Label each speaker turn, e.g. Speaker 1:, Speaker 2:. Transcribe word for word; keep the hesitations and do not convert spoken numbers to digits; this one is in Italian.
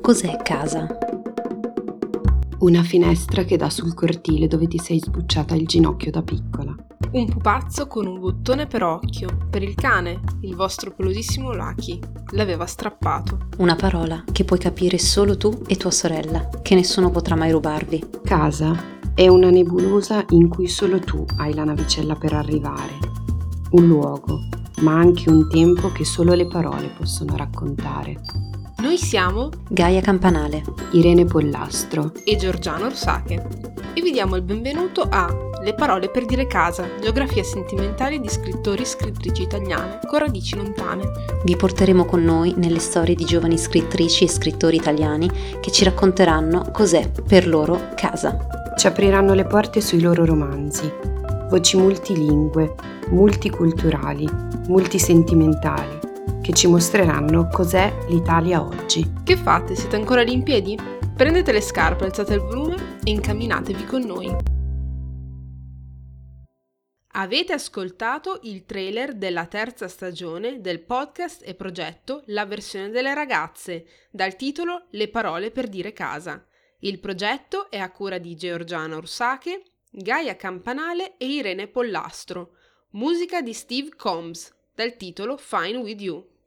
Speaker 1: cos'è casa?
Speaker 2: Una finestra che dà sul cortile dove ti sei sbucciata il ginocchio da piccola.
Speaker 3: Un pupazzo con un bottone per occhio, per il cane, il vostro pelosissimo Lucky, l'aveva strappato.
Speaker 1: Una parola che puoi capire solo tu e tua sorella, che nessuno potrà mai rubarvi.
Speaker 2: Casa è una nebulosa in cui solo tu hai la navicella per arrivare. Un luogo, ma anche un tempo che solo le parole possono raccontare.
Speaker 3: Noi siamo
Speaker 1: Gaia Campanale,
Speaker 2: Irene Pollastro
Speaker 3: e Giorgiana Orsake e vi diamo il benvenuto a Le parole per dire casa, geografia sentimentale di scrittori e scrittrici italiane con radici lontane.
Speaker 1: vi porteremo con noi nelle storie di giovani scrittrici e scrittori italiani che ci racconteranno cos'è per loro casa.
Speaker 2: ci apriranno le porte sui loro romanzi. Voci multilingue, multiculturali, multisentimentali, che ci mostreranno cos'è l'Italia oggi.
Speaker 3: Che fate? Siete ancora lì in piedi? Prendete le scarpe, alzate il volume e incamminatevi con noi. Avete ascoltato il trailer della terza stagione del podcast e progetto La versione delle ragazze, dal titolo Le parole per dire casa. Il progetto è a cura di Giorgiana Orsake, Gaia Campanale e Irene Pollastro. Musica di Steve Combs, dal titolo Fine With You.